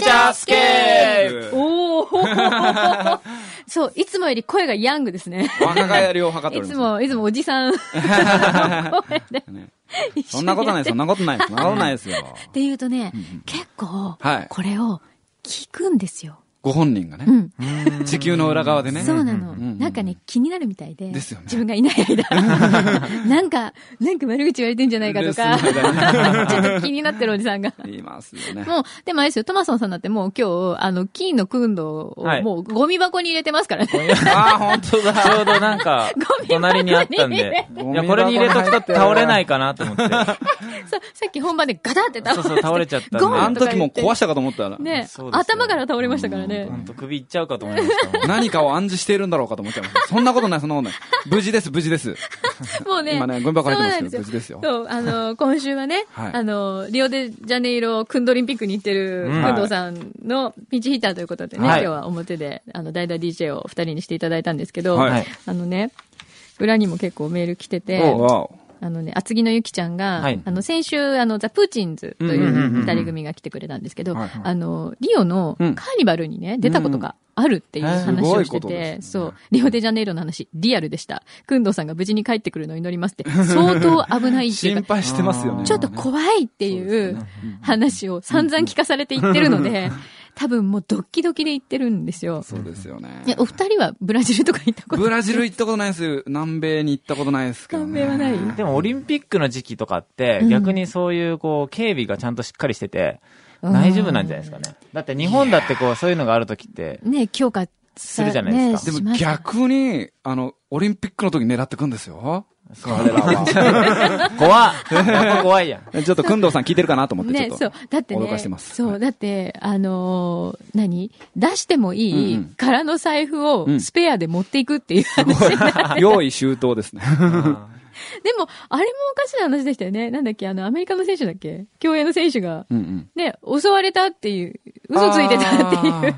チャースケープ。 おーそう、いつもより声がヤングですね。 若返りを図っております。 いつもおじさん。声でそんなことない、そんなことない、そんなことないですよ。 って言うとね、結構、 はいこれを聞くんですよ。 ご本人がね。地球の裏側でね。 そうなの。なんかね、気になるみたいで。 ですよね。 自分がいない間。なんか悪口言われてんじゃないかとか。ちょっと気になってるおじさんが。 いますよね。 もう、でもあれですよ、トマソンさんだってもう今日、金の訓導をもうゴミ箱に入れてますからね。 ああ、本当だ。ちょうどなんか、隣にあったんで。いや、これに入れとくと倒れないかなと思って。 そう、さっき本番でガタって倒れちゃったんで。 あの時も壊したかと思ったら。 ね、頭から倒れましたからね。 本当首いっちゃうかと思いました。 何かを暗示しているんだろうかと思っちゃいました。そんなことない、そんなことない。無事です、無事です。 もうね、 今ね、ゴミ箱入ってますけど、無事ですよ。 そう、今週はね、リオデジャネイロクンドオリンピックに行ってる、くんどうさんのピンチヒッターということでね、今日は表で、代打 DJ を二人にしていただいたんですけど、裏にも結構メール来てて、厚木のゆきちゃんが、先週、ザ・プーチンズという二人組が来てくれたんくリオのカーニバルにね、出たことがあるっていう話をしてて、そう、リオデジャネイロの話、リアルでした。くんどうさんが無事に帰ってくるのを祈りますって、相当危ないっていうか、 心配してますよね。 ちょっと怖いっていう話を散々聞かされて言ってるので、多分もうドッキドキで行ってるんですよ。 そうですよね。 お二人はブラジルとか行ったことない？ ブラジル行ったことないです。南米に行ったことないですけど、ね。 南米はない？ でもオリンピックの時期とかって、逆にそういう警備がちゃんとしっかりしてて、大丈夫なんじゃないですかね。だって日本だってそういうのがあるときって。 ね、強化するじゃないですか。 でも逆に、オリンピックの時に狙ってくんですよ。彼らは。怖いやん。ちょっとくんどうさん聞いてるかなと思ってちょっと。 そう。だってね。 脅かしてます。 そう。だって、出してもいい空の財布をスペアで持っていくっていう話。 用意周到ですね。 でも、あれもおかしな話でしたよね。なんだっけ、アメリカの選手だっけ、競泳の選手が、ね、襲われたっていう、嘘ついてたっていう。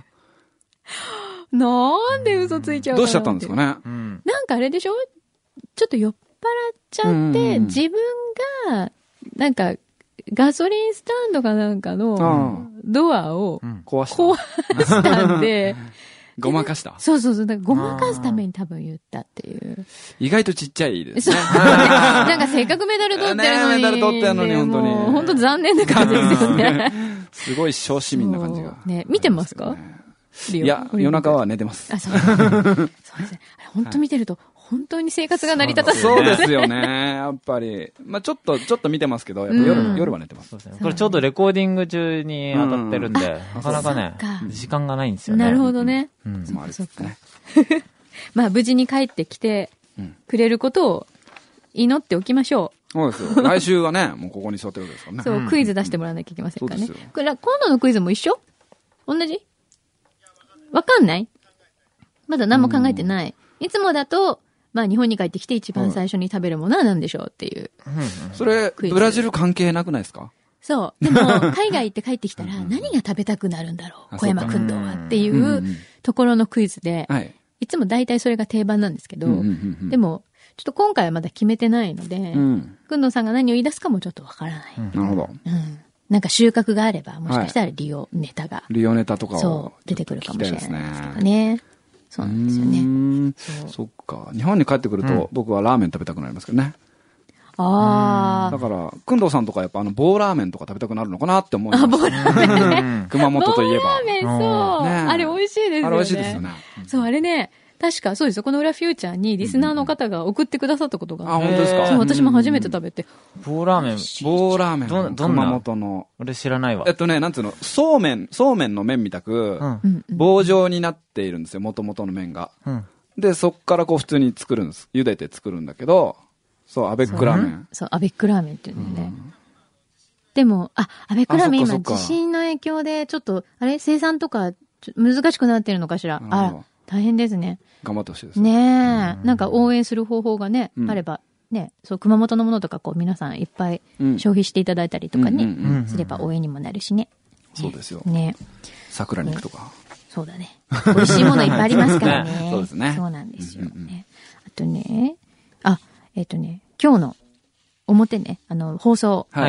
なんで嘘ついちゃうかなって。 どうしちゃったんですかね。 なんかあれでしょ、ちょっと酔っ払っちゃって、自分が、なんか、ガソリンスタンドかなんかのドアを壊したんで、 ごまかした。 そう。だからごまかすために多分言ったっていう。 意外とちっちゃいですね。 なんかせっかくメダル取ってるのに。 メダル取ってるのに本当に。 本当残念な感じですよね。 すごい小市民な感じが。 ね、見てますか？ いや、夜中は寝てます。 そうですね。本当見てると、本当に生活が成り立たそうですよね。やっぱり。まあちょっと見てますけど、やっぱ夜は寝てます。 これちょうどレコーディング中に当たってるんで、なかなかね、時間がないんですよね。 なるほどね。そっか。まあ無事に帰ってきてくれることを祈っておきましょう。そうですよ。来週はね、もうここに座ってるわけですからね。 そう、クイズ出してもらわなきゃいけませんからね。今度のクイズも一緒？同じ？わかんない？まだ何も考えてない。いつもだと、まあ日本に帰ってきて一番最初に食べるものは何でしょうっていう。 それ、ブラジル関係なくないですか？ そう。でも、海外行って帰ってきたら何が食べたくなるんだろう、小山くんどうはっていうところのクイズで、いつも大体それが定番なんですけど、でも、ちょっと今回はまだ決めてないので、くんどうさんが何を言い出すかもちょっとわからない。 なるほど。 なんか収穫があれば、もしかしたら利用ネタが。 利用ネタとかを。 そう、出てくるかもしれないですけどね。そうなんですよね。 そっか。日本に帰ってくると、僕はラーメン食べたくなりますけどね。 ああ。 だから、くんどうさんとかやっぱ棒ラーメンとか食べたくなるのかなって思います。 棒ラーメンね。 熊本といえば。 棒ラーメン、そう。あれ美味しいですよね。 あれ美味しいですよね。 そう、あれね。確かそうですよ。この裏フューチャーにリスナーの方が送ってくださったことが。 あ、本当ですか？ そう、私も初めて食べて。 棒ラーメン。 棒ラーメン。熊本の。 俺知らないわ。 なんつうの、そうめんの麺みたく、棒状になっているんですよ、元々の麺が。で、そっからこう普通に作るんです。茹でて作るんだけど、そう、アベックラーメン。 そう、アベックラーメンっていうのね。でも、アベックラーメン今地震の影響で、ちょっと、生産とか難しくなってるのかしら。大変ですね。 頑張ってほしいですね。なんか応援する方法がね、あれば、ね、そう、熊本のものとかこう皆さんいっぱい消費していただいたりとかね、すれば応援にもなるしね。 そうですよ。 ね。 桜肉とか。 そうだね。美味しいものいっぱいありますからね。 そうですね。 そうなんですよね。あとね、今日の表ね、放送。 はい。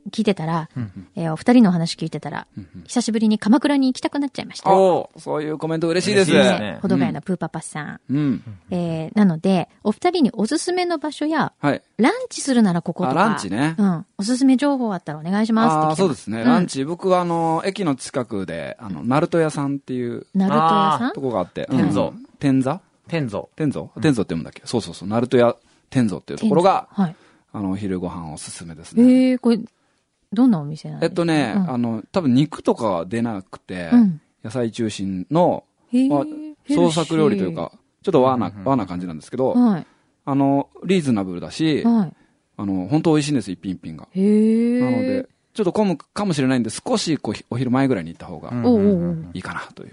聞いてたら、お二人のお話聞いてたら、久しぶりに鎌倉に行きたくなっちゃいました。 そういうコメント嬉しいです。 ほどがやのプーパパさん。なので、お二人におすすめの場所や、ランチするならこことか。 ランチね。 おすすめ情報あったらお願いしますって。 そうですね。ランチ、僕は駅の近くで、ナルト屋さんっていう。 ナルト屋さんとこがあって。 天蔵。 天座天蔵って読むんだっけ。そう。ナルト屋天蔵っていうところが、お昼ご飯おすすめですね。 これ、どんなお店なんですか？ 多分肉とかは出なくて、野菜中心の、創作料理というか、ちょっと和な感じなんですけど、リーズナブルだし、本当美味しいんです、一品一品が。なので、ちょっと混むかもしれないんで、少しお昼前ぐらいに行った方がいいかなという。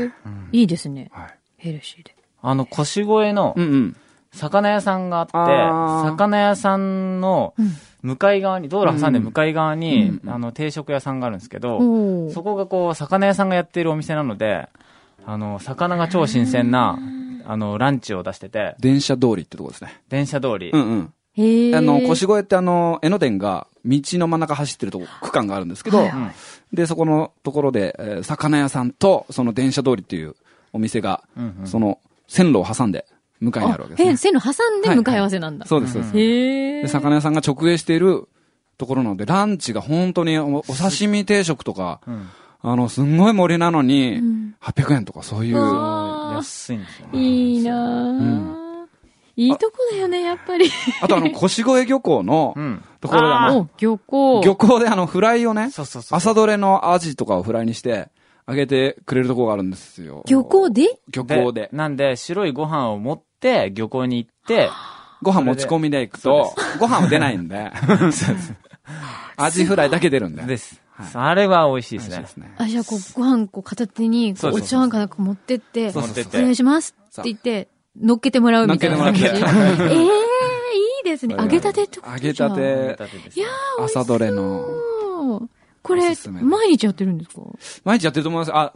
いいですね。ヘルシーで。 腰越の、魚屋さんがあって、魚屋さんの向かい側に、道路挟んで向かい側に、定食屋さんがあるんですけど、そこが魚屋さんがやっているお店なので、魚が超新鮮な、ランチを出してて。 電車通りってとこですね。 電車通り。 腰越って江ノ電が道の真ん中走ってる区間があるんですけど、で、そこのところで、魚屋さんと、その電車通りっていうお店が、その線路を挟んで、向かいにあるわけですね。 線路挟んで向かい合わせなんだ。 そうです、そうです。で、魚屋さんが直営しているところなので、ランチが本当にお刺身定食とか、すんごい盛りなのに、800円とかそういう。 安いんですよね。 いいなぁ。いいとこだよね、やっぱり。 あと腰越漁港のところで漁港でフライをね、朝どれのアジとかをフライにして、あげてくれるところがあるんですよ。 漁港で？ 漁港で。 なんで、白いご飯を持って、漁港に行って、 ご飯持ち込みで行くと、ご飯は出ないんで、アジフライだけ出るんで。 です。あれは美味しいですね。 じゃあ、ご飯片手に、お茶碗かなんか持ってって、お願いしますって言って、乗っけてもらうみたいな感じ。いいですね。揚げたてってこと？ 揚げたて。朝どれの。 これ、毎日やってるんですか？ 毎日やってると思います。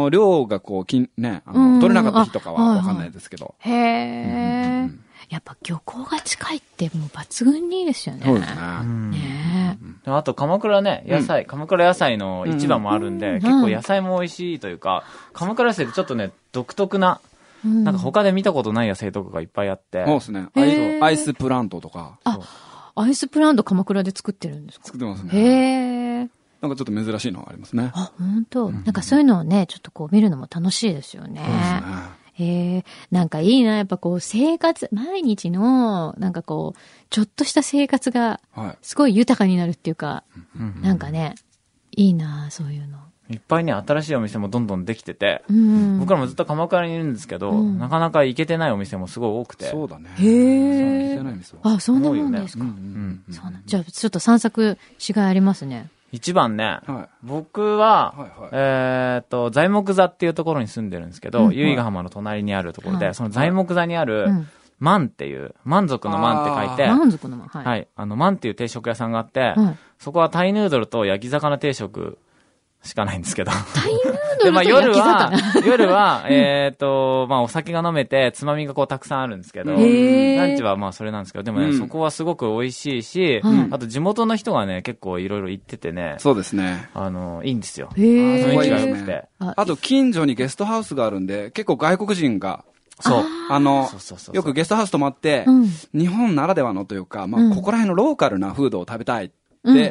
量が取れなかった日とかはわかんないですけど。やっぱ漁港が近いってもう抜群にいいですよね。 そうですね。 あと鎌倉ね、鎌倉野菜の市場もあるんで、結構野菜も美味しいというか、鎌倉野菜ってちょっとね、独特な、なんか他で見たことない野菜とかがいっぱいあって。 そうですね。アイスプラントとか。 アイスプラント鎌倉で作ってるんですか？ 作ってますね。なんかちょっと珍しいのがありますね。 本当。なんかそういうのをね、ちょっと見るのも楽しいですよね。そうですね。なんかいいな、やっぱ生活、毎日の、なんかちょっとした生活が、すごい豊かになるっていうか、なんかね、いいな、そういうの。 いっぱいね、新しいお店もどんどんできてて、僕らもずっと鎌倉にいるんですけど、なかなか行けてないお店もすごい多くて。 そうだね。 行けてない店は。そんなもんですか。じゃあ、ちょっと散策しがいありますね。 一番ね、僕は、材木座っていうところに住んでるんですけど、由比ヶ浜の隣にあるところで、その材木座にある、満っていう、満足の満って書いて、 満足の満。 はい。満っていう定食屋さんがあって、そこはタイヌードルと焼き魚定食しかないんですけど。 タイヌードルと焼き魚夜は、お酒が飲めて、つまみがたくさんあるんですけど、ランチはそれなんですけど、でもね、そこはすごく美味しいし、あと地元の人がね、結構いろいろ行っててね。 そうですね。 いいんですよ。 雰囲気が良くて。 あと近所にゲストハウスがあるんで、結構外国人が、よくゲストハウス泊まって、日本ならではのというか、ここら辺のローカルなフードを食べたいって、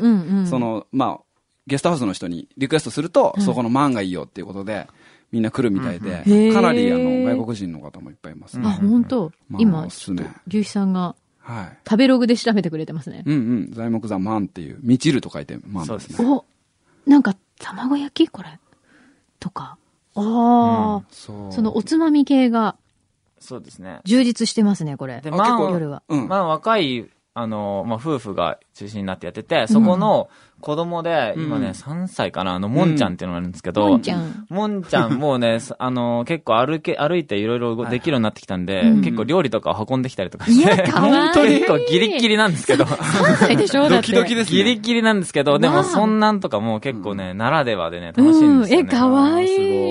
ゲストハウスの人にリクエストすると、そこのマンがいいよっていうことで、みんな来るみたいで、かなり外国人の方もいっぱいいますね。 本当。今、牛肥さんが、食べログで調べてくれてますね。 材木座マンっていう、みちると書いてマンですね。 なんか、卵焼きこれとか。そのおつまみ系が、 そうですね。 充実してますね、これ。 で、夜は。若い、夫婦が中心になってやってて、そこの子供で、今ね、3歳かな、もんちゃんっていうのがあるんですけど、もんちゃんもうね、結構歩いていろいろできるようになってきたんで、結構料理とかを運んできたりとかして、本当に結構ギリギリなんですけど。 3歳でしょ？だって。 ドキドキですね。 ギリギリなんですけど、でもそんなんとかも結構ね、ならではでね、楽しいんですよね。 かわいい。ち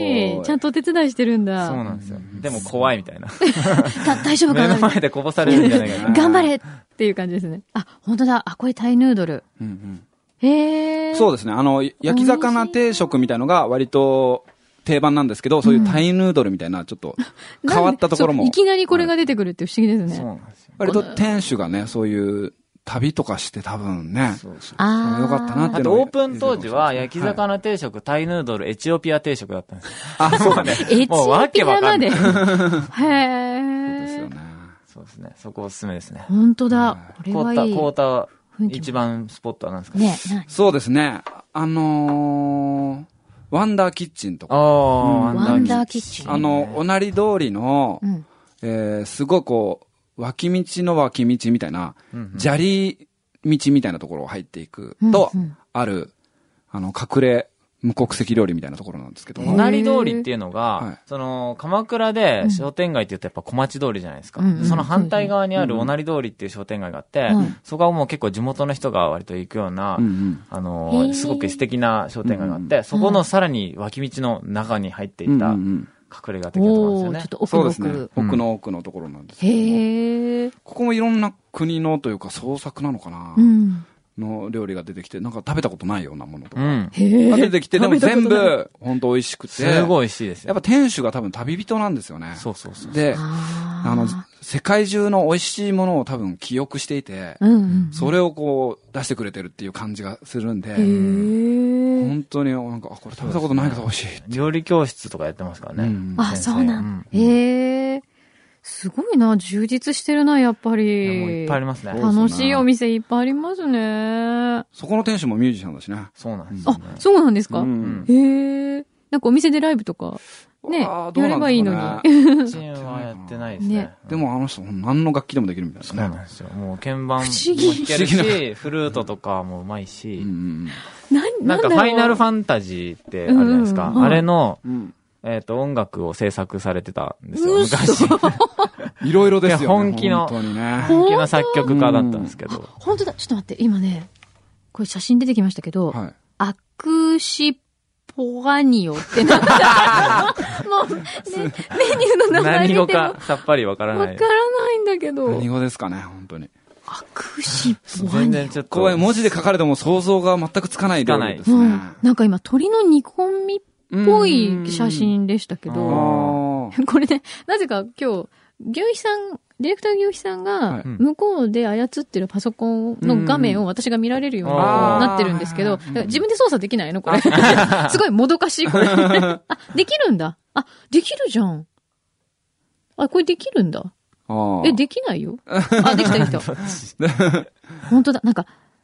ちゃんとお手伝いしてるんだ。 そうなんですよ。でも怖いみたいな。 大丈夫かな。 目の前でこぼされるんじゃないかな。 頑張れっていう感じですね。あ、本当だ。あ、これタイヌードル。へー。 そうですね。焼き魚定食みたいのが割と定番なんですけど、そういうタイヌードルみたいなちょっと変わったところも。 いきなりこれが出てくるって不思議ですね。 そうなんですよ。 割と店主がね、そういう旅とかして多分ね。よかったなっていうの。あとオープン当時は焼き魚定食、タイヌードル、エチオピア定食だったんですよ。 あ、そうだね。 エチオピアまで。へー。 ですよね。 そうですね。そこおすすめですね。 本当だ。これはいい。 コータ一番スポットは何ですかね。 そうですね。ワンダーキッチンとか。 ワンダーキッチン。 おなり通りの、すごいこう、脇道の脇道みたいな、砂利道みたいなところを入っていくと、ある、隠れ無国籍料理みたいなところなんですけど。 おなり通りっていうのが、鎌倉で商店街って言うとやっぱ小町通りじゃないですか。その反対側にあるおなり通りっていう商店街があって、そこはもう結構地元の人が割と行くような、すごく素敵な商店街があって、そこのさらに脇道の中に入っていった隠れ家的なところなんですよね。 ちょっと奥の奥。そうですね。 奥の奥のところなんですけど。へー。 ここもいろんな国のというか創作なのかな。の料理が出てきて、なんか食べたことないようなものとか。出てきて、でも全部、本当美味しくて。 すごい美味しいですよ。 やっぱ店主が多分旅人なんですよね。 そうそうそう。 で、世界中の美味しいものを多分記憶していて、それをこう出してくれてるっていう感じがするんで、本当になんか、これ食べたことないけど美味しい。 料理教室とかやってますからね。 あ、そうなんだ。へー。すごいな、充実してるな、やっぱり。 もういっぱいありますね。 楽しいお店いっぱいありますね。 そこの店主もミュージシャンだしね。 そうなんですよ。 あ、そうなんですか？へえ。なんかお店でライブとか、ね、やればいいのに。 チームはやってないですね。 でもあの人、何の楽器でもできるみたいなね。 そうなんですよ。もう鍵盤も弾けるし、フルートとかもうまいし。なんかファイナルファンタジーってあるじゃないですか。あれの、音楽を制作されてたんですよ、昔。 いろいろですよね。本気の作曲家だったんですけど。 本当だ。ちょっと待って、今ね、これ写真出てきましたけど、アクシポガニオってなったもう、ね、メニューの名前見ても何語かさっぱりわからない。 わからないんだけど。 何語ですかね、本当に。 アクシポガニオ。 全然ちょっと。 こう文字で書かれても想像が全くつかない料理ですね。 なんか今、鳥の煮込みっぽい写真でしたけど、これね、なぜか今日、ディレクター牛肥さんが、向こうで操ってるパソコンの画面を私が見られるようになってるんですけど、自分で操作できないのこれ。すごいもどかしい、これ。あ、できるんだ。あ、できるじゃん。あ、これできるんだ。できないよ。あ、できたできた。本当だ、なんか、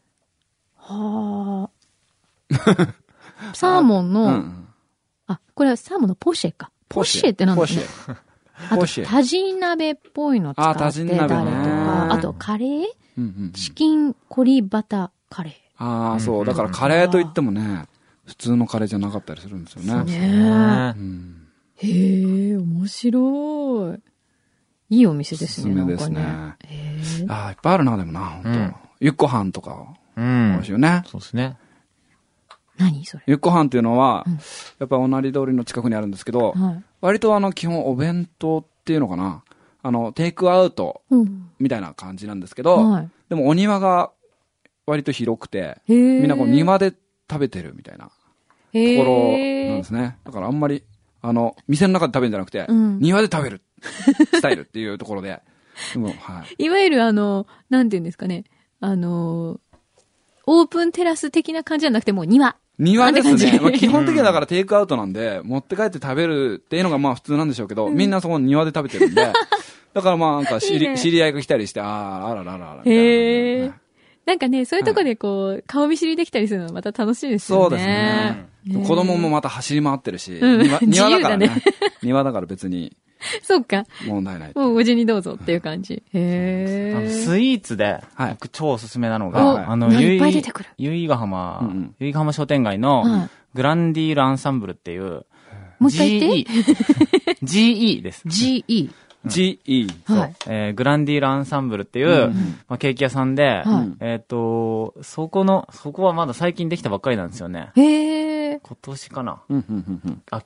サーモンの、あ、これはサーモンのポシェか。ポシェって何だろう。あと、タジン鍋っぽいの使ってたりとか、あと、カレーチキンコリバタカレー。 ああ、そう。だからカレーといってもね、普通のカレーじゃなかったりするんですよね。 ねえ。へえ、面白い。いいお店ですね。 おすすめですね。ああ、いっぱいあるな、でもな、本当。ゆっこはんとか、美味しいよね。 そうですね。 何それ？ ゆっこはんっていうのは、やっぱおなり通りの近くにあるんですけど、割と基本お弁当っていうのかな、テイクアウトみたいな感じなんですけど、でもお庭が割と広くて、みんなこう庭で食べてるみたいなところなんですね。だからあんまり、店の中で食べるんじゃなくて、庭で食べるスタイルっていうところで、 いわゆるなんていうんですかね、オープンテラス的な感じじゃなくてもう庭ですね。基本的にはだからテイクアウトなんで、持って帰って食べるっていうのがまあ普通なんでしょうけど、みんなそこの庭で食べてるんで、だからまあなんか知り合いが来たりして、あらららみたいな。 なんかね、そういうとこでこう、顔見知りできたりするのはまた楽しいですよね。 そうですね。子供もまた走り回ってるし、庭だからね。庭だから別に。 そうか。 問題ない。 もうご自にどうぞっていう感じ。スイーツで、僕超おすすめなのが、由比ヶ浜商店街のグランディールアンサンブルっていう、 もう一回言って GE です。 GE。 そう。グランディールアンサンブルっていう、ケーキ屋さんで、そこはまだ最近できたばっかりなんですよね。今年かな。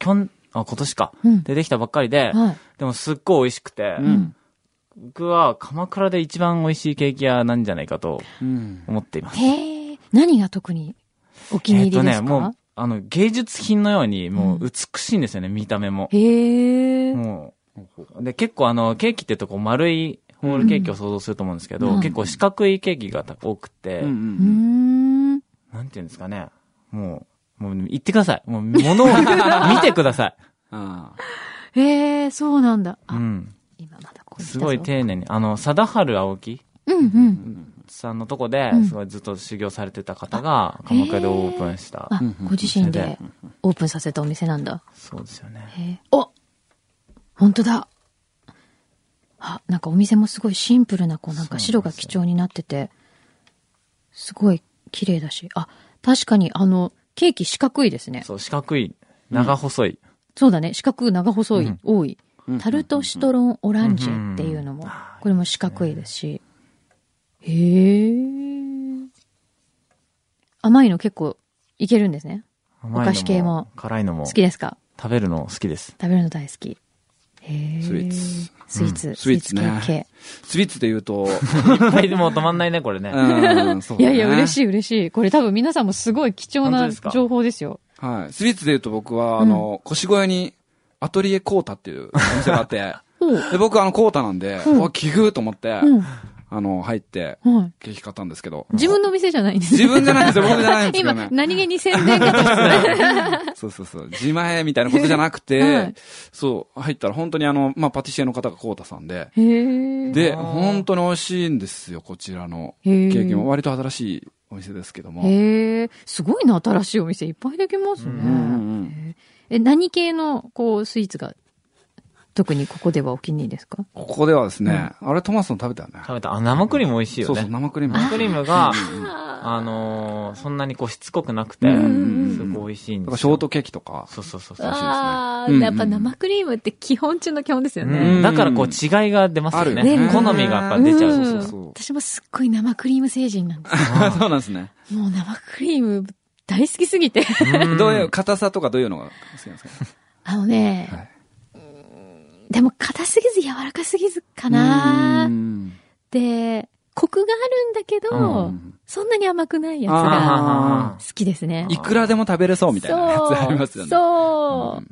今年か。でできたばっかりで、でもすっごい美味しくて、僕は鎌倉で一番美味しいケーキ屋なんじゃないかと思っています。 へー。何が特にお気に入りですか？ もう、芸術品のように、もう美しいんですよね、見た目も。 へー。 もう、で、結構ケーキってとこ丸いホールケーキを想像すると思うんですけど、結構四角いケーキが多くて、なんていうんですかね。もう言ってください。もう物を見てください。 へー、そうなんだ。 今まだすごい丁寧に、貞治青木さんのとこで、すごいずっと修行されてた方が、鎌倉でオープンした。 ご自身でオープンさせたお店なんだ。 そうですよね。 本当だ。なんかお店もすごいシンプルな、なんか白が基調になってて、すごい綺麗だし。確かにケーキ四角いですね。 そう、四角い。長細い。 そうだね。四角、長細い、多い。タルトシトロンオランジェっていうのも、これも四角いですし。へー。甘いの結構いけるんですね。お菓子系も。 辛いのも。 好きですか？ 食べるの好きです。 食べるの大好き。へー。 スイーツ。 スイーツ系。 スイーツで言うと。 いっぱいでも止まんないね、これね。 いやいや、嬉しい嬉しい。これ多分皆さんもすごい貴重な情報ですよ。 はい。スイーツで言うと僕は、越谷にアトリエコータっていうお店があって、で、僕コータなんで、奇遇と思って、入って、ケーキ買ったんですけど。 自分の店じゃないんです自分じゃないんですよ、僕じゃないんですよね。 今、何気に宣伝かとして。 そう。自前みたいなことじゃなくて、そう、入ったら本当にパティシエの方がコータさんで、で、本当に美味しいんですよ、こちらのケーキも。割と新しいお店ですけども。 すごいな、新しいお店いっぱいできますね。何系の、スイーツが、特にここではお気に入りですか？ ここではですね、あれトマスの食べたよね。 食べた。生クリーム美味しいよね。 そう、生クリーム。 生クリームが、そんなにしつこくなくて、すごい美味しいんですよ。 ショートケーキとか。 そう。美味しいですね。やっぱ生クリームって基本中の基本ですよね。 だから違いが出ますよね。好みがやっぱ出ちゃう。 私もすっごい生クリーム成人なんですよ。そうなんですね。 もう生クリーム大好きすぎて。 どういう、硬さとかどういうのが好きなんですか？ でも硬すぎず柔らかすぎずかな。で、コクがあるんだけど、そんなに甘くないやつが好きですね。 いくらでも食べれそうみたいなやつありますよね。 そう。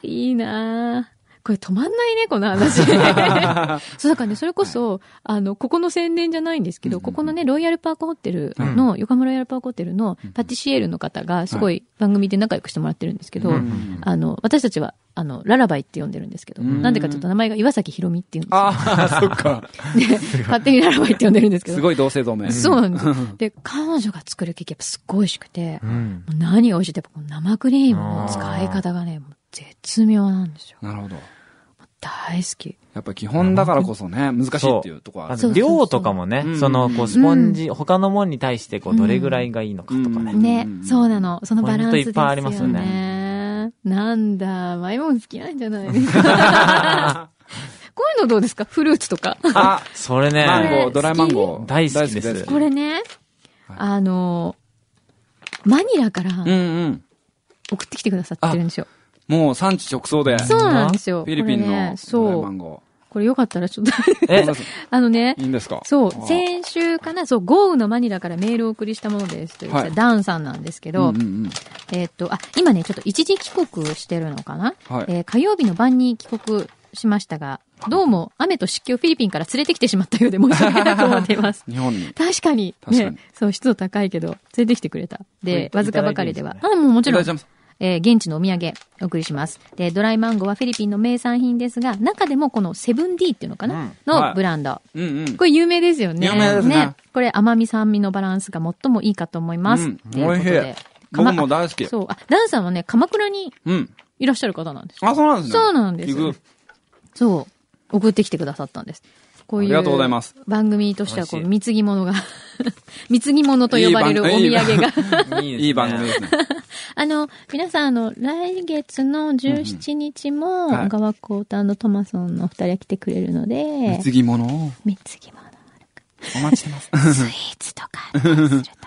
いいなこれ止まんないね、この話。そうだからね、それこそ、ここの宣伝じゃないんですけど、ここのね、ロイヤルパークホテルの、横浜ロイヤルパークホテルのパティシエールの方が、すごい番組で仲良くしてもらってるんですけど、私たちは、ララバイって呼んでるんですけど、なんでかちょっと名前が岩崎宏美っていうんですよ。 そっか。 で、勝手にララバイって呼んでるんですけど。 すごい同姓同名。 そうなんですよ。で、彼女が作るケーキやっぱすっごい美味しくて、何が美味しいってやっぱ生クリームの使い方がね、絶妙なんですよ。 なるほど。 大好き。 やっぱ基本だからこそね、難しいっていうところはある。 量とかもね、スポンジ、他のもんに対してどれぐらいがいいのかとかね。 ね、そうなの。そのバランスですよね。 いっぱいありますよね。 なんだ、甘いもん好きなんじゃないですか。こういうのどうですか？フルーツとか。 それね。 マンゴー、ドライマンゴー。 大好きです。 これね、マニラから送ってきてくださってるんですよ。 もう産地直送で。 そうなんですよ。 フィリピンのドライマンゴー。 これよかったらちょっといいんですか？ そう、先週かな、豪雨のマニラからメールをお送りしたものですという、ダンさんなんですけど、今ね、ちょっと一時帰国してるのかな？火曜日の晩に帰国しましたが、どうも雨と湿気をフィリピンから連れてきてしまったようで申し訳なく思っています。 日本に。 確かに。ね。そう、湿度高いけど、連れてきてくれた。で、わずかばかりでは。もちろん。現地のお土産お送りします。で、ドライマンゴーはフィリピンの名産品ですが、中でもこのセブン D っていうのかな、のブランド。これ有名ですよね。 有名ですね。 これ甘み酸味のバランスが最もいいかと思います。 おいしい。僕も大好き。 そう。ダンさんはね、鎌倉にいらっしゃる方なんです。 そうなんですね。 そうなんです。そう。送ってきてくださったんです。こういう。ありがとうございます。番組としては、貢ぎ物が、貢ぎ物と呼ばれるお土産が。 いい番組ですね。 皆さん、来月の17日も、小川光太トマソンのお二人が来てくれるので、 貢ぎ物を。 貢ぎ物。 お待ちしてます。 スイーツとかすると、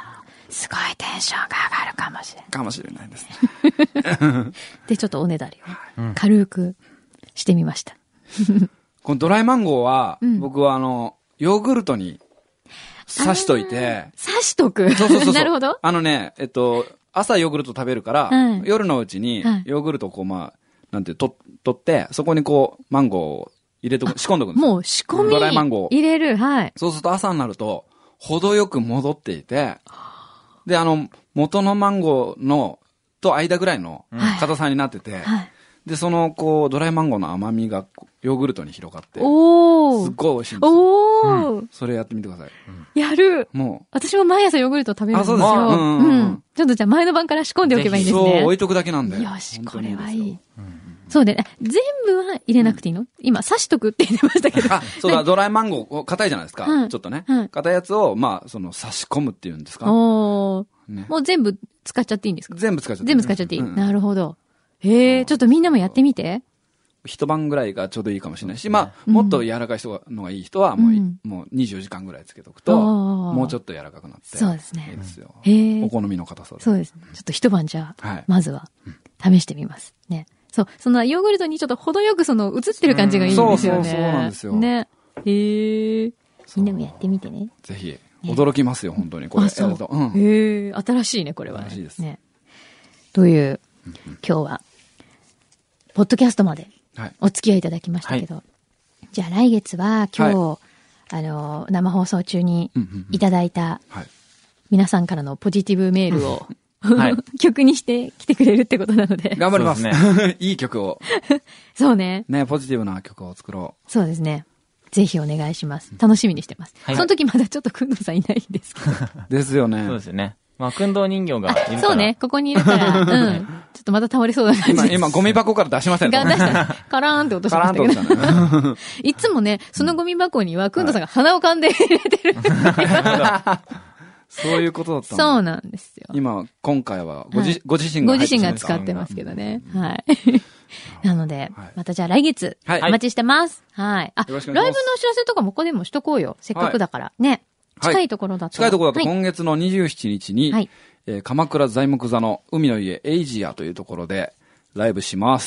すごいテンションが上がるかもしれない。 かもしれないですね。 で、ちょっとおねだりを軽くしてみました。 このドライマンゴーは、僕はヨーグルトに刺しといて。 刺しとく？ そう。 なるほど。 朝ヨーグルト食べるから、夜のうちにヨーグルトを取って、そこにマンゴーを仕込んどくんですよ。 もう仕込みドライマンゴー入れる、はい。 そうすると朝になると、程よく戻っていて、で、元のマンゴーと間ぐらいの硬さになってて、で、ドライマンゴーの甘みがヨーグルトに広がって、すっごい美味しいんですよ。それやってみてください。 やる。私も毎朝ヨーグルト食べるんですよ。ちょっとじゃあ前の晩から仕込んでおけばいいんですね。 そう、置いとくだけなんで。 よし、これはいい。そうで、全部は入れなくていいの？今、刺しとくって言ってましたけど。 そうだ、ドライマンゴー、硬いじゃないですか。ちょっとね。硬いやつを、刺し込むっていうんですか。もう全部使っちゃっていいんですか？ 全部使っちゃっていい。 全部使っちゃっていい。なるほど。ちょっとみんなもやってみて。 一晩ぐらいがちょうどいいかもしれないし、もっと柔らかいのがいい人は、もう24時間ぐらいつけとくと、もうちょっと柔らかくなって。 そうですね。 いいですよ。お好みの硬さで。 そうですね。ちょっと一晩じゃあ、まずは、試してみます。ね。そう、そのヨーグルトにちょっと程よく映ってる感じがいいんですよね。 そうなんですよ。 ね。みんなもやってみてね。 ぜひ。驚きますよ、本当に。これ。 そう。新しいね、これは。 新しいです。 ね。という、今日は、ポッドキャストまでお付き合いいただきましたけど、じゃあ来月は今日、生放送中にいただいた皆さんからのポジティブメールを曲にして来てくれるってことなので。 頑張りますね。いい曲を。 そうね。 ね、ポジティブな曲を作ろう。そうですね。ぜひお願いします。楽しみにしてます。その時まだちょっとくんどさんいないんですけど。 ですよね。 そうですよね。くんどう人形がいるから。 そうね、ここにいるから、ちょっとまた倒れそうな感じです。 今、ゴミ箱から出しませんか？ 出した。カラーンって音しましたけど。いつもね、そのゴミ箱には、くんどさんが鼻を噛んで入れてる。 そういうことだったの？ そうなんですよ。 今回はご自身が使ってますけどね。はい。なので、またじゃあ来月、お待ちしてます。はい。ライブのお知らせとかもここでもしとこうよ。せっかくだから。ね。近いところだと。 近いところだと今月の27日に、鎌倉材木座の海の家エイジアというところでライブします。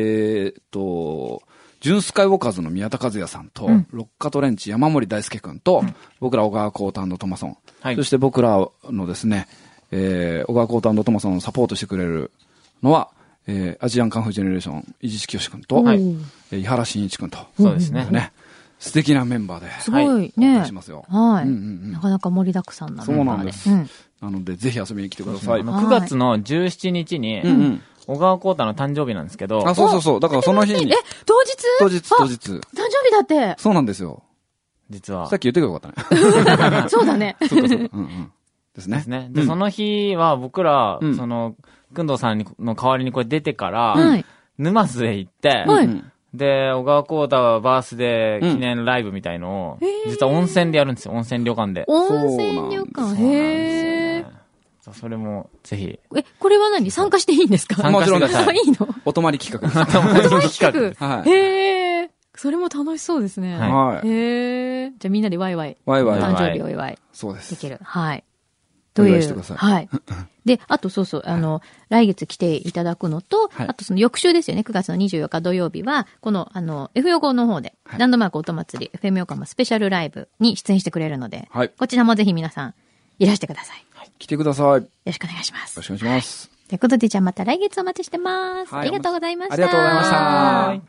ジュンスカイウォーカーズの宮田和也さんと、ロッカトレンチ山森大輔くんと、僕ら小川コータ&トマソン、そして僕らのですね、小川コータ&トマソンをサポートしてくれるのは、アジアンカンフージェネレーション、伊地知清くんと、井原慎一くんと。 そうですね。 素敵なメンバーで。 すごいね。 しますよ。 はい。なかなか盛りだくさんなメンバーで。 そうなんです。なので、ぜひ遊びに来てください。 9月の17日に、小川コータの誕生日なんですけど。 そう。だからその日に。 当日。 誕生日だって。 そうなんですよ。 実は。 さっき言ってくればよかったね。そうだね。 そう。ですね。 で、その日は僕ら、くんどうさんの代わりにこれ出てから、沼津へ行って、で、小川コータはバースデー記念ライブみたいのを、実は温泉でやるんですよ。温泉旅館で。 温泉旅館へー。 それも、ぜひ。 これは何？参加していいんですか？ もちろんです。 いいの？ お泊まり企画です。 お泊まり企画。 へー。それも楽しそうですね。 はい。 へー。じゃあみんなでワイワイ。誕生日お祝い。 そうです。 できる。はい。 お祝いしてください。 はい。で、あとそう、来月来ていただくのと、あとその翌週ですよね、9月の24日土曜日は、この、F 横の方で、ランドマーク音祭り、FM 横浜スペシャルライブに出演してくれるので、こちらもぜひ皆さん、いらしてください。 来てください。 よろしくお願いします。 よろしくお願いします。 ということで、じゃあまた来月お待ちしてます。ありがとうございました。 ありがとうございました。